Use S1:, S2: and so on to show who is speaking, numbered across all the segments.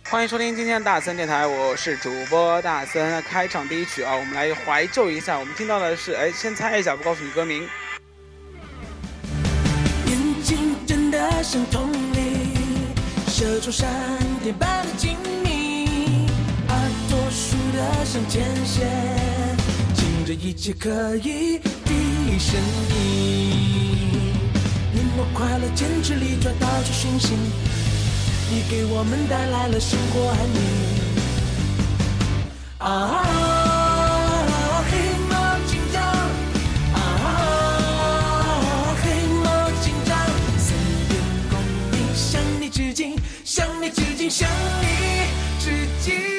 S1: 欢迎收听今天的大森电台，我是主播大森。开场第一曲啊，我们来怀旧一下。我们听到的是，先猜一下，不告诉你歌名。
S2: 眼睛真的像铜铃，射出闪电般的精明，耳朵竖得像天线，听着一切可以的声音。你我快乐坚持里抓到出讯息，你给我们带来了生活安宁啊！黑猫警长啊！黑猫警长，森林公民向你致敬，向你致敬，向你致敬。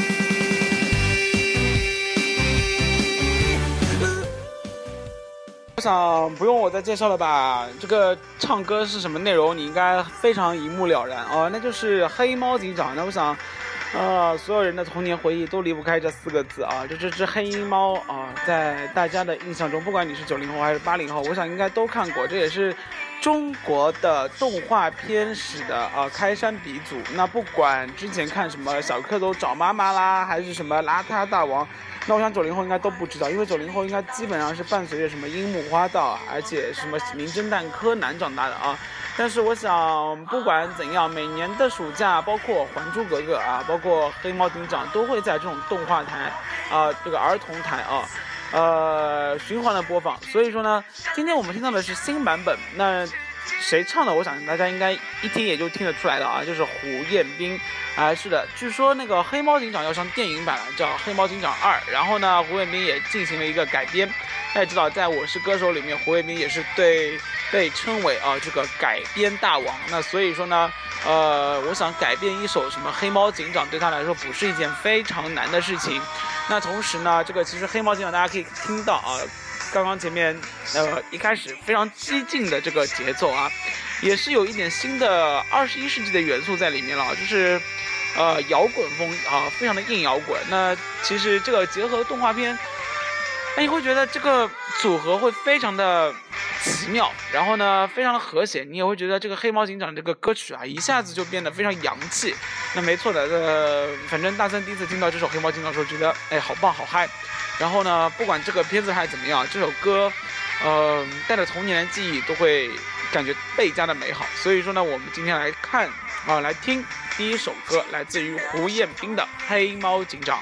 S1: 我想不用我再介绍了吧，这个唱歌是什么内容你应该非常一目了然啊，那就是黑猫警长。那我想所有人的童年回忆都离不开这4个字啊，这只黑猫啊，在大家的印象中，不管你是90后还是80后，我想应该都看过，这也是中国的动画片史的开山鼻祖。那不管之前看什么小蝌蚪找妈妈啦，还是什么邋遢大王，那我想90后应该都不知道，因为90后应该基本上是伴随着什么樱木花道，而且什么名侦探柯南长大的啊。但是我想不管怎样，每年的暑假，包括还珠格格啊，包括黑猫警长，都会在这种动画台这个儿童台循环的播放。所以说呢，今天我们听到的是新版本，那谁唱的我想大家应该一听也就听得出来了啊，就是胡彦斌是的，据说那个黑猫警长要上电影版了，叫黑猫警长2，然后呢胡彦斌也进行了一个改编。大家知道在我是歌手里面，胡彦斌也是被称为这个改编大王。那所以说呢我想改编一首什么黑猫警长对他来说不是一件非常难的事情。那同时呢，这个其实黑猫警长大家可以听到刚刚前面一开始非常激进的这个节奏也是有一点新的21世纪的元素在里面了，就是摇滚风非常的硬摇滚。那其实这个结合动画片，那你会觉得这个组合会非常的奇妙，然后呢非常的和谐，你也会觉得这个黑猫警长这个歌曲一下子就变得非常洋气。那没错的，反正大森第一次听到这首黑猫警长的时候觉得好棒好嗨。然后呢不管这个片子还是怎么样，这首歌带着童年的记忆都会感觉倍加的美好。所以说呢，我们今天来看来听第一首歌，来自于胡彦斌的《黑猫警长》。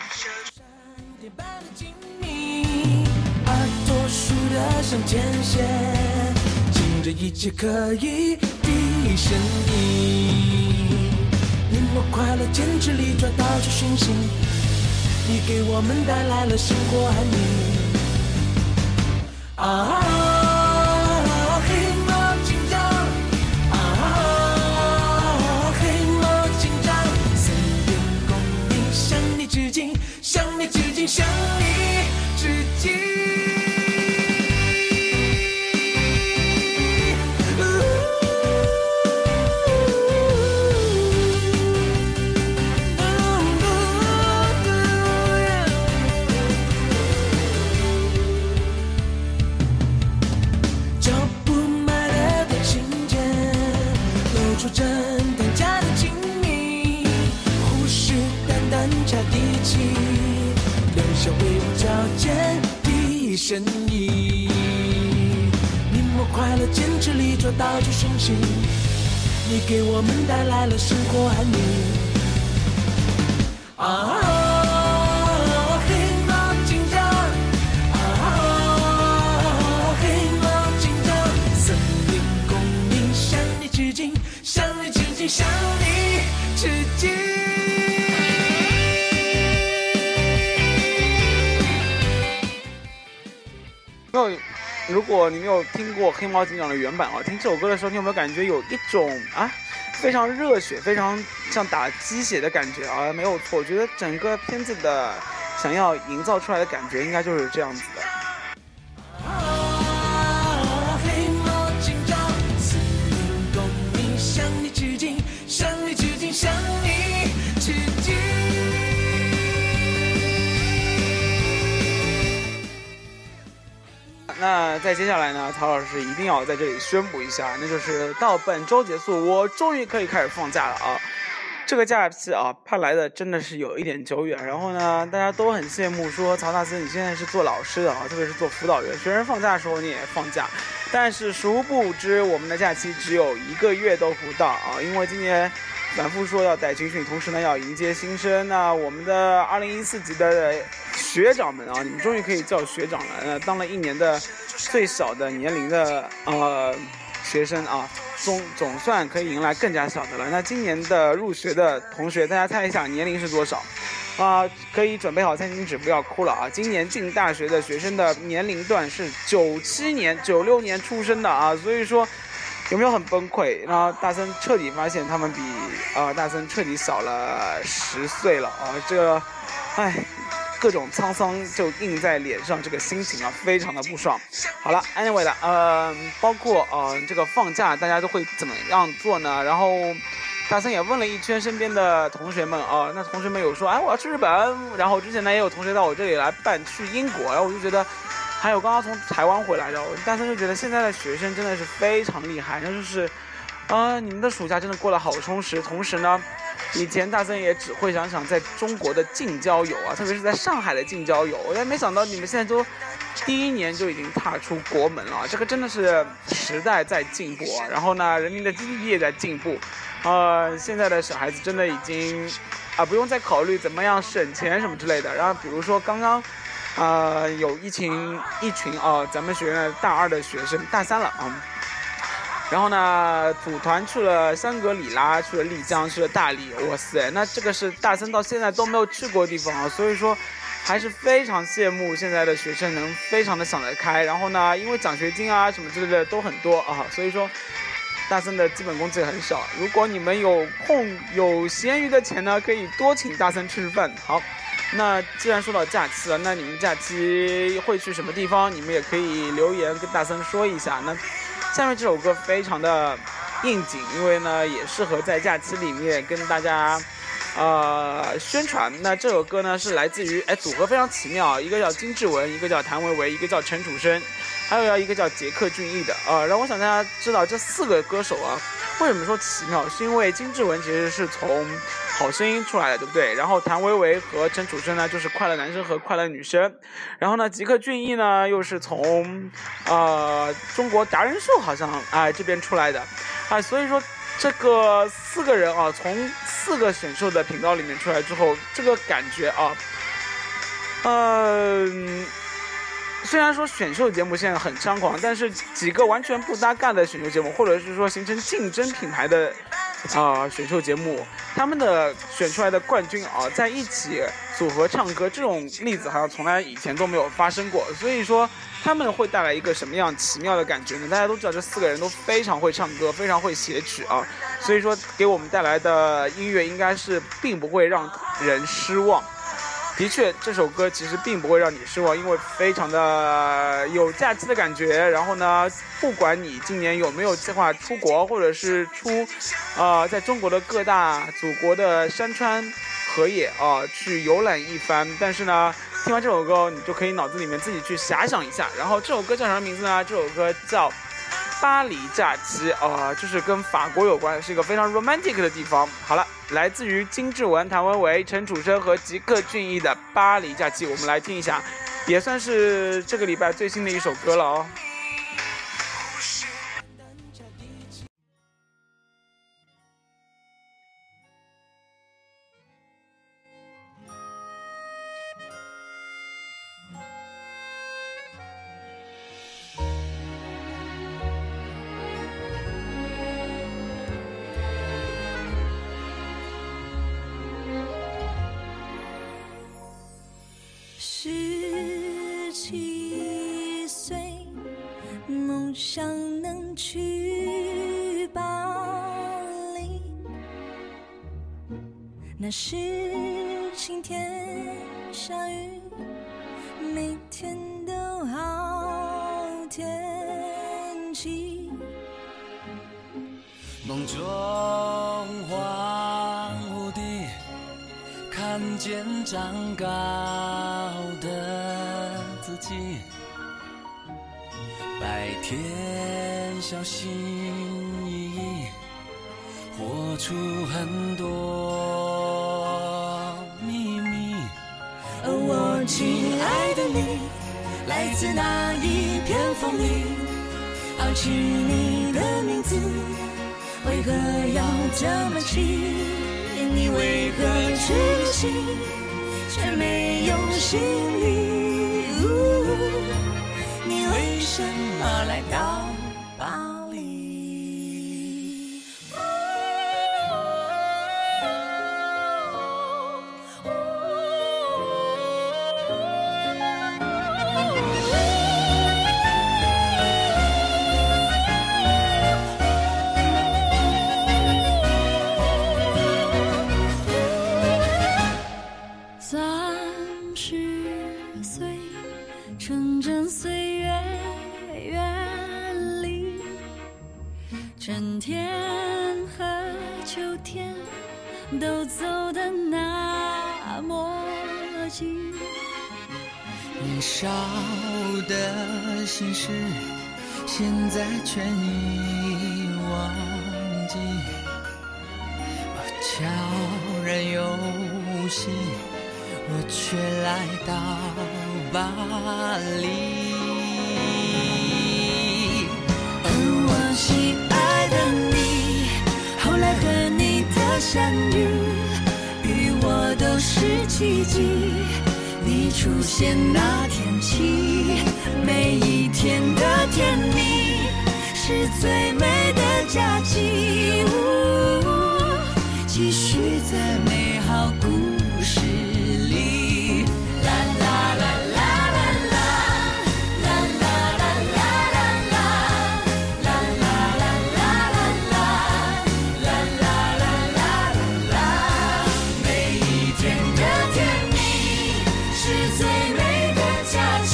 S2: 耳朵竖得像天线，听着一切可以的声音。你我快乐坚持里抓到出讯息，你给我们带来了生活安宁黑猫警长黑猫警长，森林公民向你致敬，向你致敬，向你致敬。侦探家的精明，虎视眈眈加地气，留下微无条件的身影。你我快乐坚持里抓到出讯息，你给我们带来了生活安宁黑猫警长黑猫警长，森林公民向你致敬，向你致敬，向你致敬。
S1: 如果你没有听过黑猫警长的原版听这首歌的时候，你有没有感觉有一种非常热血，非常像打鸡血的感觉没有错，我觉得整个片子的想要营造出来的感觉应该就是这样子的。
S2: 黑猫警长，森林公民向你致敬，向你致敬，向你致敬。
S1: 那在接下来呢，曹老师一定要在这里宣布一下，那就是到本周结束，我终于可以开始放假了这个假期啊，盼来的真的是有一点久远。然后呢，大家都很羡慕说，曹大师你现在是做老师的啊，特别是做辅导员，学生放假的时候你也放假。但是殊不知，我们的假期只有1个月都不到啊，因为今年反复说要带军训，同时呢要迎接新生。那我们的2014级的学长们啊，你们终于可以叫学长了。当了1年的最小的年龄的学生啊。总算可以迎来更加小的了。那今年的入学的同学，大家猜一下年龄是多少？可以准备好餐巾纸，不要哭了啊！今年进大学的学生的年龄段是97年、96年出生的啊，所以说有没有很崩溃？然后大森彻底发现他们比大森彻底小了10岁了啊！这个，各种沧桑就印在脸上，这个心情啊非常的不爽。好了 ，anyway 了，包括这个放假大家都会怎么样做呢？然后大森也问了一圈身边的同学们啊，那同学们有说，我要去日本，然后之前呢也有同学到我这里来去英国，然后我就觉得，还有刚刚从台湾回来的，大森就觉得现在的学生真的是非常厉害，那就是你们的暑假真的过得好充实，同时呢。以前大森也只会想在中国的近郊游啊，特别是在上海的近郊游，但没想到你们现在都第1年就已经踏出国门了，这个真的是时代在进步啊。然后呢，人民的经济也在进步，现在的小孩子真的已经不用再考虑怎么样省钱什么之类的。然后比如说刚刚有一群咱们学院的大2的学生，大3了啊。然后呢，组团去了香格里拉，去了丽江，去了大理，哇塞，那这个是大森到现在都没有去过的地方啊，所以说还是非常羡慕现在的学生能非常的想得开。然后呢，因为奖学金啊什么之类的都很多啊，所以说大森的基本工资也很少。如果你们有空有闲余的钱呢，可以多请大森吃饭。好，那既然说到假期了，那你们假期会去什么地方？你们也可以留言跟大森说一下。那下面这首歌非常的应景，因为呢也适合在假期里面跟大家宣传。那这首歌呢是来自于组合非常奇妙，一个叫金志文，一个叫谭维维，一个叫陈楚生，还有一个叫杰克隽逸的然后我想大家知道这4个歌手啊，为什么说奇妙？是因为金志文其实是从好声音出来的，对不对？然后谭维维和陈楚生呢就是快乐男生和快乐女生，然后呢杰克隽逸呢又是从中国达人秀好像这边出来的所以说这个4个人从4个选秀的频道里面出来之后，这个感觉虽然说选秀节目现在很猖狂，但是几个完全不搭嘎的选秀节目，或者是说形成竞争品牌的选秀节目，他们的选出来的冠军在一起组合唱歌，这种例子好像从来以前都没有发生过。所以说他们会带来一个什么样奇妙的感觉呢？大家都知道这4个人都非常会唱歌，非常会写曲所以说给我们带来的音乐应该是并不会让人失望。的确，这首歌其实并不会让你失望，因为非常的有假期的感觉。然后呢，不管你今年有没有计划出国，或者是在中国的各大祖国的山川河野去游览一番，但是呢，听完这首歌，你就可以脑子里面自己去遐想一下。然后这首歌叫什么名字呢？这首歌叫巴黎假期就是跟法国有关，是一个非常 romantic 的地方。好了，来自于金志文、谭维维、陈楚生和吉克隽逸的巴黎假期，我们来听一下，也算是这个礼拜最新的一首歌了
S2: 17岁，梦想能去巴黎，那是晴天下雨，每天都好天气。梦中荒芜地看见长高的自己，白天小心翼翼活出很多秘密。我亲爱的你，来自那一片风里，好奇你的名字为何要这么气？你为何去旅行却没有行李？你为什么来到巴黎？30岁，纯真岁月远离，春天和秋天都走得那么近。年少的心事，现在全已忘记。悄然游戏，我却来到巴黎。我亲爱的你，后来和你的相遇，与我都是奇迹。你出现那天起，每一天的甜蜜是最美的假期。继续在美好故事里，啦啦啦啦啦啦，啦啦啦啦啦啦，啦啦啦啦啦啦，啦啦啦啦啦。每一天的甜蜜是最美的假期，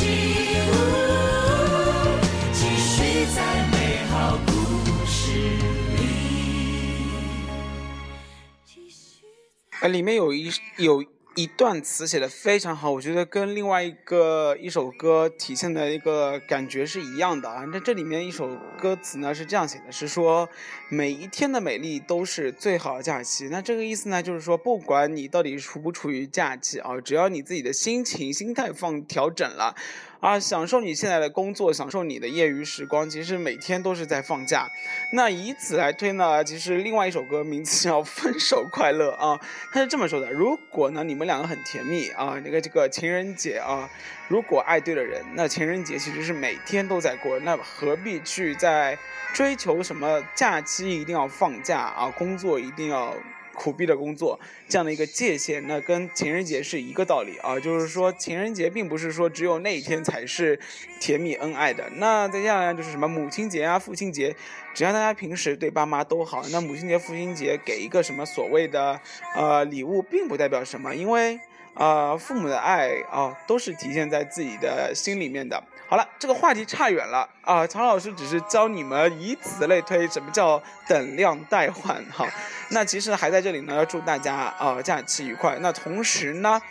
S2: 继续在美好故事里。
S1: 里面有一段词写的非常好，我觉得跟另外一首歌体现的一个感觉是一样的啊。那这里面一首歌词呢是这样写的，是说每一天的美丽都是最好的假期。那这个意思呢，就是说不管你到底处不处于假期啊，只要你自己的心态调整了啊，享受你现在的工作，享受你的业余时光，其实每天都是在放假。那以此来推呢，其实另外一首歌名字叫《分手快乐》啊，它是这么说的：如果呢你们两个很甜蜜啊，这个情人节啊，如果爱对了人，那情人节其实是每天都在过，那何必去在追求什么假期一定要放假啊，工作一定要苦逼的工作这样的一个界限，那跟情人节是一个道理啊，就是说情人节并不是说只有那一天才是甜蜜恩爱的。那再下来就是什么母亲节啊、父亲节，只要大家平时对爸妈都好，那母亲节、父亲节给一个什么所谓的礼物，并不代表什么，因为父母的爱啊都是体现在自己的心里面的。好了，这个话题差远了啊！曹老师只是教你们以此类推，什么叫等量代换哈。那其实还在这里呢，要祝大家假期愉快。那同时呢，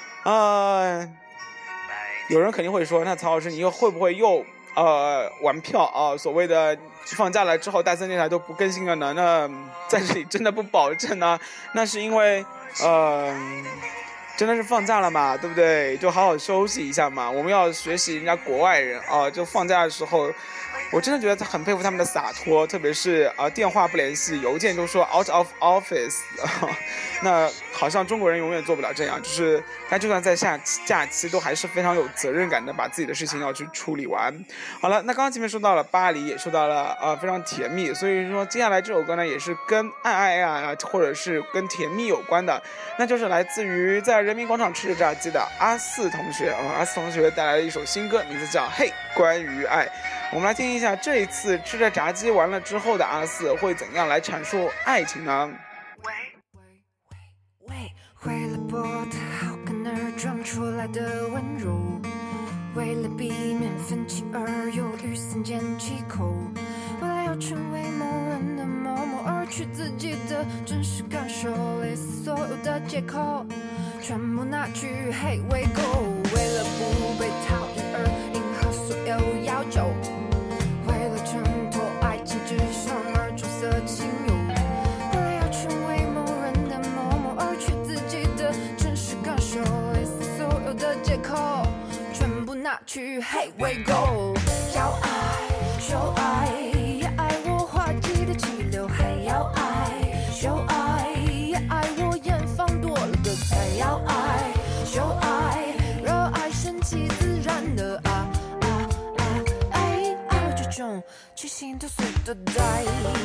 S1: 有人肯定会说，那曹老师你又会不会又玩票啊？所谓的放假了之后，大森电台都不更新了呢？那在这里真的不保证呢。那是因为真的是放假了嘛，对不对？就好好休息一下嘛。我们要学习人家国外人啊，就放假的时候，我真的觉得很佩服他们的洒脱，特别是电话不联系，邮件都说 out of office，那好像中国人永远做不了这样，就是他就算在假期都还是非常有责任感的，把自己的事情要去处理完。好了，那刚刚前面说到了巴黎，也说到了非常甜蜜，所以说接下来这首歌呢也是跟爱啊或者是跟甜蜜有关的，那就是来自于在人民广场吃着炸鸡的阿四同学阿四同学带来了一首新歌，名字叫《嘿，关于爱》。我们来听一下这一次吃着炸鸡完了之后的阿四会怎样来阐述爱情呢？
S3: 为了博得好感而装出来的温柔，为了避免分歧而犹豫三缄其口，为了要成为某人的某某而去自己的真实感受，类似所有的借口全部拿去黑喂狗，为了不被讨厌而迎合所有要求，为了挣脱爱情之上而出色情友，为了 Hey we go， 要爱就爱，也爱我滑稽的气流，还要爱就爱，也爱我远方多了个才要爱就爱，热爱顺其自然的爱我这种去心脱俗的代。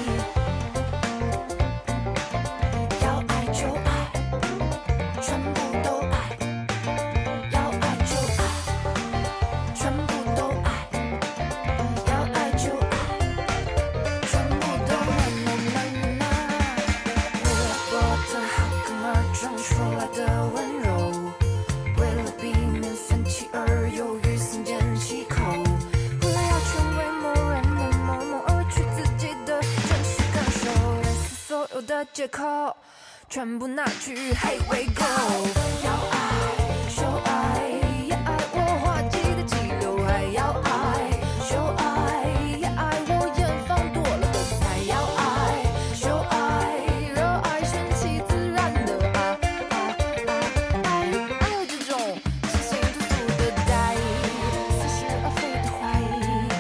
S3: 的借口全部拿去 Hey we go， 要爱就爱，也爱我滑稽的气流，还要爱就爱，也爱我远方多了个才要爱就爱，热爱顺其自然的爱这种是心脱俗的代，似是而非的怀疑。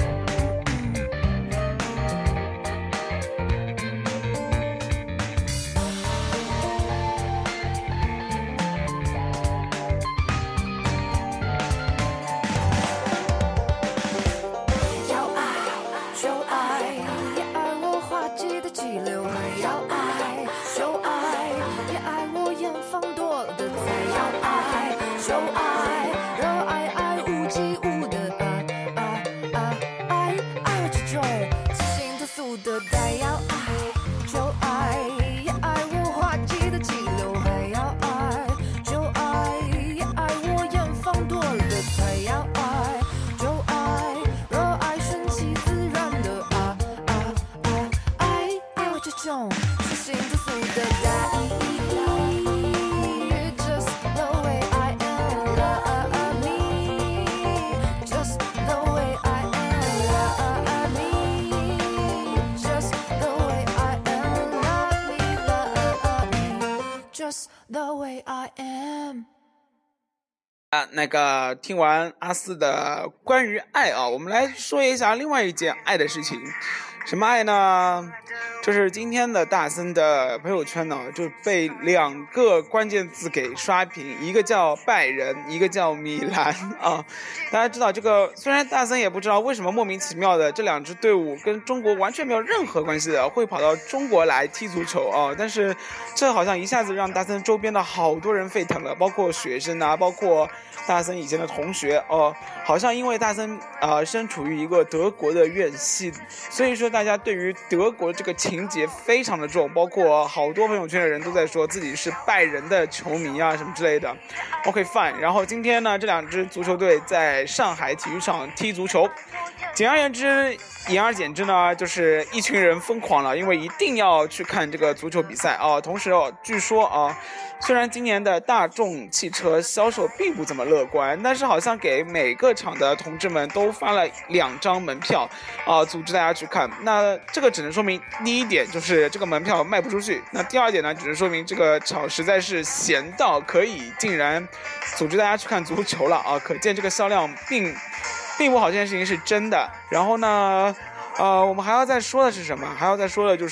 S3: 的带要爱就爱，也爱我滑稽的气流，还要爱就爱，也爱我远方多了的才要爱就爱，热爱顺其自然的爱我这种是心脱俗的代。The way I am。
S1: 那个听完阿四的关于爱啊，我们来说一下另外一件爱的事情。什么爱呢？就是今天的大森的朋友圈呢，就被2个关键字给刷屏，一个叫拜仁，一个叫米兰啊。大家知道这个，虽然大森也不知道为什么莫名其妙的这2支队伍跟中国完全没有任何关系的，会跑到中国来踢足球啊，但是这好像一下子让大森周边的好多人沸腾了，包括学生啊，包括大森以前的同学哦，好像因为大森身处于一个德国的院系，所以说大家对于德国这个情节非常的重，包括好多朋友圈的人都在说自己是拜仁的球迷啊什么之类的。OK fine， 然后今天呢，这2支足球队在上海体育场踢足球，简而言之呢，就是一群人疯狂了，因为一定要去看这个足球比赛啊。同时据说虽然今年的大众汽车销售并不怎么乐观，但是好像给每个场的同志们都发了2张门票组织大家去看。那这个只能说明第一点就是这个门票卖不出去，那第2点呢，只能说明这个场实在是闲到可以竟然组织大家去看足球了啊！可见这个销量并不好，这件事情是真的。然后呢，我们还要再说的是什么？还要再说的就是，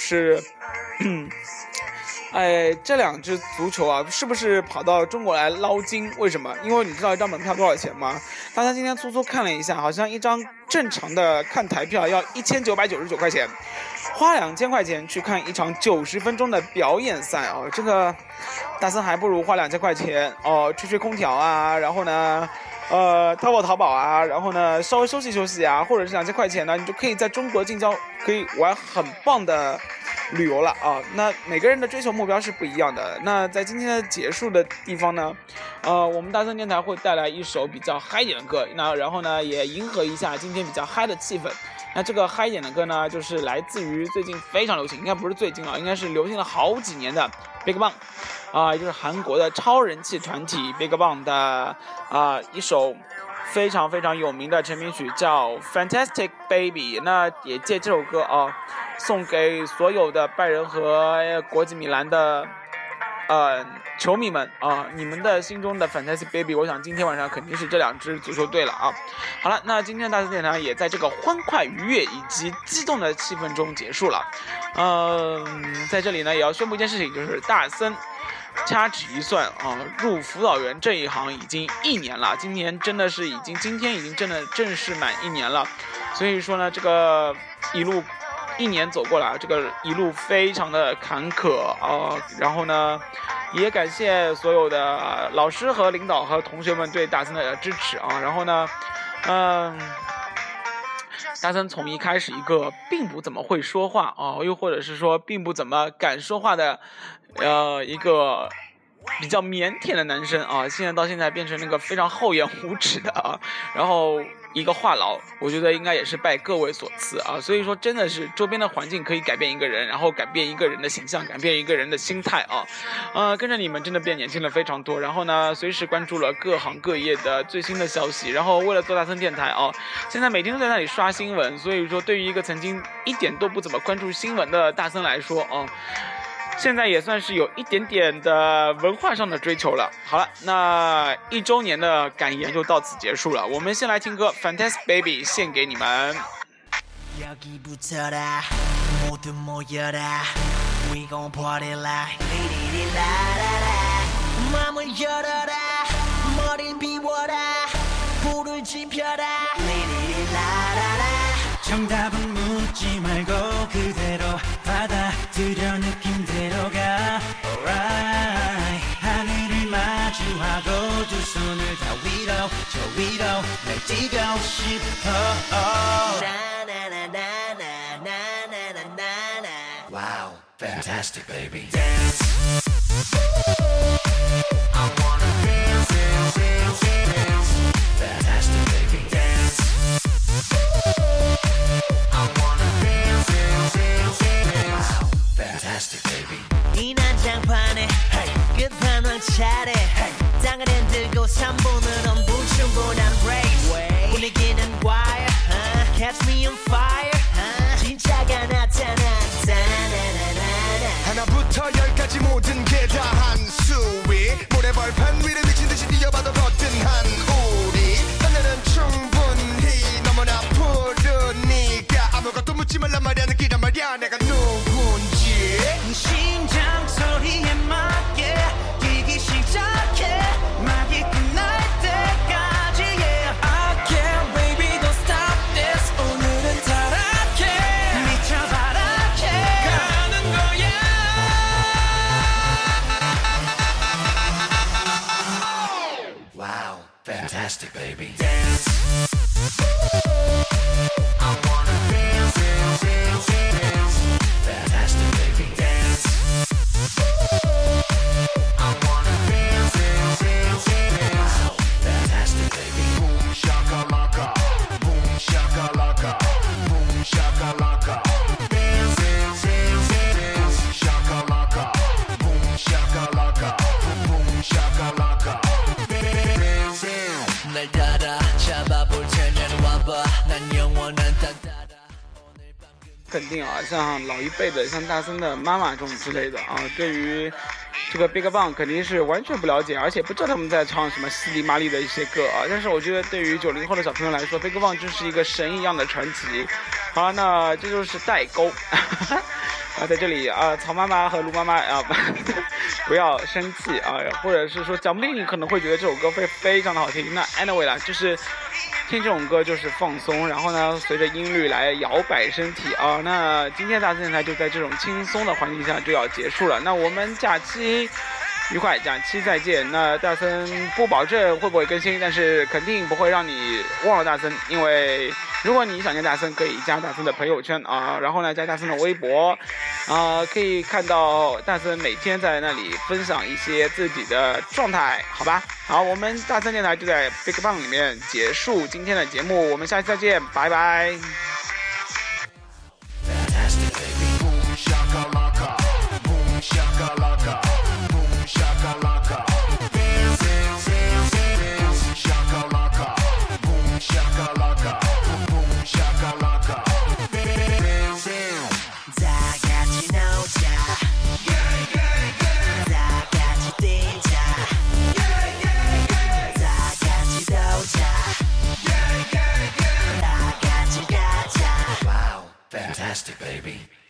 S1: 这2支足球啊，是不是跑到中国来捞金？为什么？因为你知道一张门票多少钱吗？大家今天粗看了一下，好像一张正常的看台票要1999块钱，花2000块钱去看一场90分钟的表演赛哦，这个大森还不如花2000块钱吹空调啊，然后呢淘宝啊，然后呢稍微休息啊，或者是2000块钱呢，你就可以在中国近郊可以玩很棒的旅游了啊。那每个人的追求目标是不一样的。那在今天的结束的地方呢，我们大森电台会带来一首比较嗨一点的歌，那然后呢也迎合一下今天比较嗨的气氛。那这个嗨一点的歌呢，就是来自于最近非常流行，应该不是最近了，应该是流行了好几年的 BigBang 也就是韩国的超人气团体 BigBang 的一首非常非常有名的成名曲叫 Fantastic Baby。 那也借这首歌送给所有的拜仁和国际米兰的球迷们啊，你们的心中的 Fantastic Baby， 我想今天晚上肯定是这2支足球队了啊。好了，那今天的大森电台也在这个欢快愉悦以及激动的气氛中结束了。在这里呢，也要宣布一件事情，就是大森掐指一算啊，入辅导员这一行已经1年了，今天真的是今天已经真的正式满1年了。所以说呢，这个1年走过来，这个一路非常的坎坷啊。然后呢，也感谢所有的老师和领导和同学们对大森的支持啊。然后呢，大森从一开始一个并不怎么会说话啊，又或者是说并不怎么敢说话的一个比较腼腆的男生啊，现在变成那个非常厚颜无耻的啊，然后一个话痨，我觉得应该也是拜各位所赐啊。所以说真的是周边的环境可以改变一个人，然后改变一个人的形象，改变一个人的心态啊。跟着你们真的变年轻了非常多，然后呢随时关注了各行各业的最新的消息，然后为了做大森电台啊，现在每天都在那里刷新闻。所以说对于一个曾经一点都不怎么关注新闻的大森来說啊，现在也算是有一点点的文化上的追求了。好了，那1周年的感言就到此结束了。我们先来听歌 Fantastic Baby 献给你们。
S2: 여기부터다 모두 모여라 We gon' party like 리리리라라라 맘을 열어라 머리를 비워라 불을 지펴라 리리리라라라 정답은 묻지 말고 그대로 받아들여 느낌대로 가 Alright 하늘을 마주하고 두 손을 다 위로 저 위로 날 뛰고 싶어 Wow, fantastic baby Dance I wanna dance, dance, dance, dance Fantastic baby Dance I wanna dance, dance, dance, dance Wow, fantastic baby 이 난장판에 끝판왕 차례 땅을 흔들고 3분은 엄부충분한 race 분위기는 wire Catch me on fire 진짜가 나타난다
S4: 하나부터 10까지 모든 게 다 한 수위 모래벌판 위를 미친듯이 뛰어봐도 거뜬한 우리 하늘은 충분히 너무나 푸르니까 아무것도 묻지 말란 말이야 느끼란 말이야 내가 누군지
S2: 심장 소리에 맞게 뛰기 시작해 막이 끝날 때까지 yeah. I can't baby don't stop this 오늘은 타락해 미쳐 바라게 가는 거야
S4: Wow, fantastic baby
S2: Dance I wanna dance, dance, dance, dance
S4: Fantastic baby
S2: Dance I wanna dance, dance, dance, dance
S4: Wow, fantastic baby Boom shakalaka Boom shakalaka Boom shakalaka
S2: Dance, dance, dance, dance
S4: Boom shakalaka Boom shakalaka Boom shakalaka
S2: 날 따라 잡아볼 테면 와봐 난 영원한 단따라
S1: 肯定啊，像老一辈的，像大森的妈妈这种之类的啊，对于这个 BigBang 肯定是完全不了解，而且不知道他们在唱什么稀里玛丽的一些歌啊。但是我觉得对于90后的小朋友来说 ，BigBang 就是一个神一样的传奇。好了，那这就是代沟。啊，在这里啊，曹妈妈和卢妈妈啊，不要生气啊，或者是说，讲不定你可能会觉得这首歌会非常的好听。那 anyway 啦，就是听这种歌就是放松，然后呢，随着音律来摇摆身体啊。那今天大森电台就在这种轻松的环境下就要结束了。那我们假期愉快，假期再见。那大森不保证会不会更新，但是肯定不会让你忘了大森，因为如果你想念大森，可以加大森的朋友圈啊，然后呢加大森的微博啊，可以看到大森每天在那里分享一些自己的状态，好吧？好，我们大森电台就在 BigBang 里面结束今天的节目，我们下期再见，拜拜。
S4: Fantastic baby Boom shakalaka Boom shakalaka Boom shakalaka Dance, dance, dance, dance Shakalaka Boom shakalaka Boom shakalaka Dance, dance
S2: 다 같이 놀자 다 같이
S4: Nasty baby.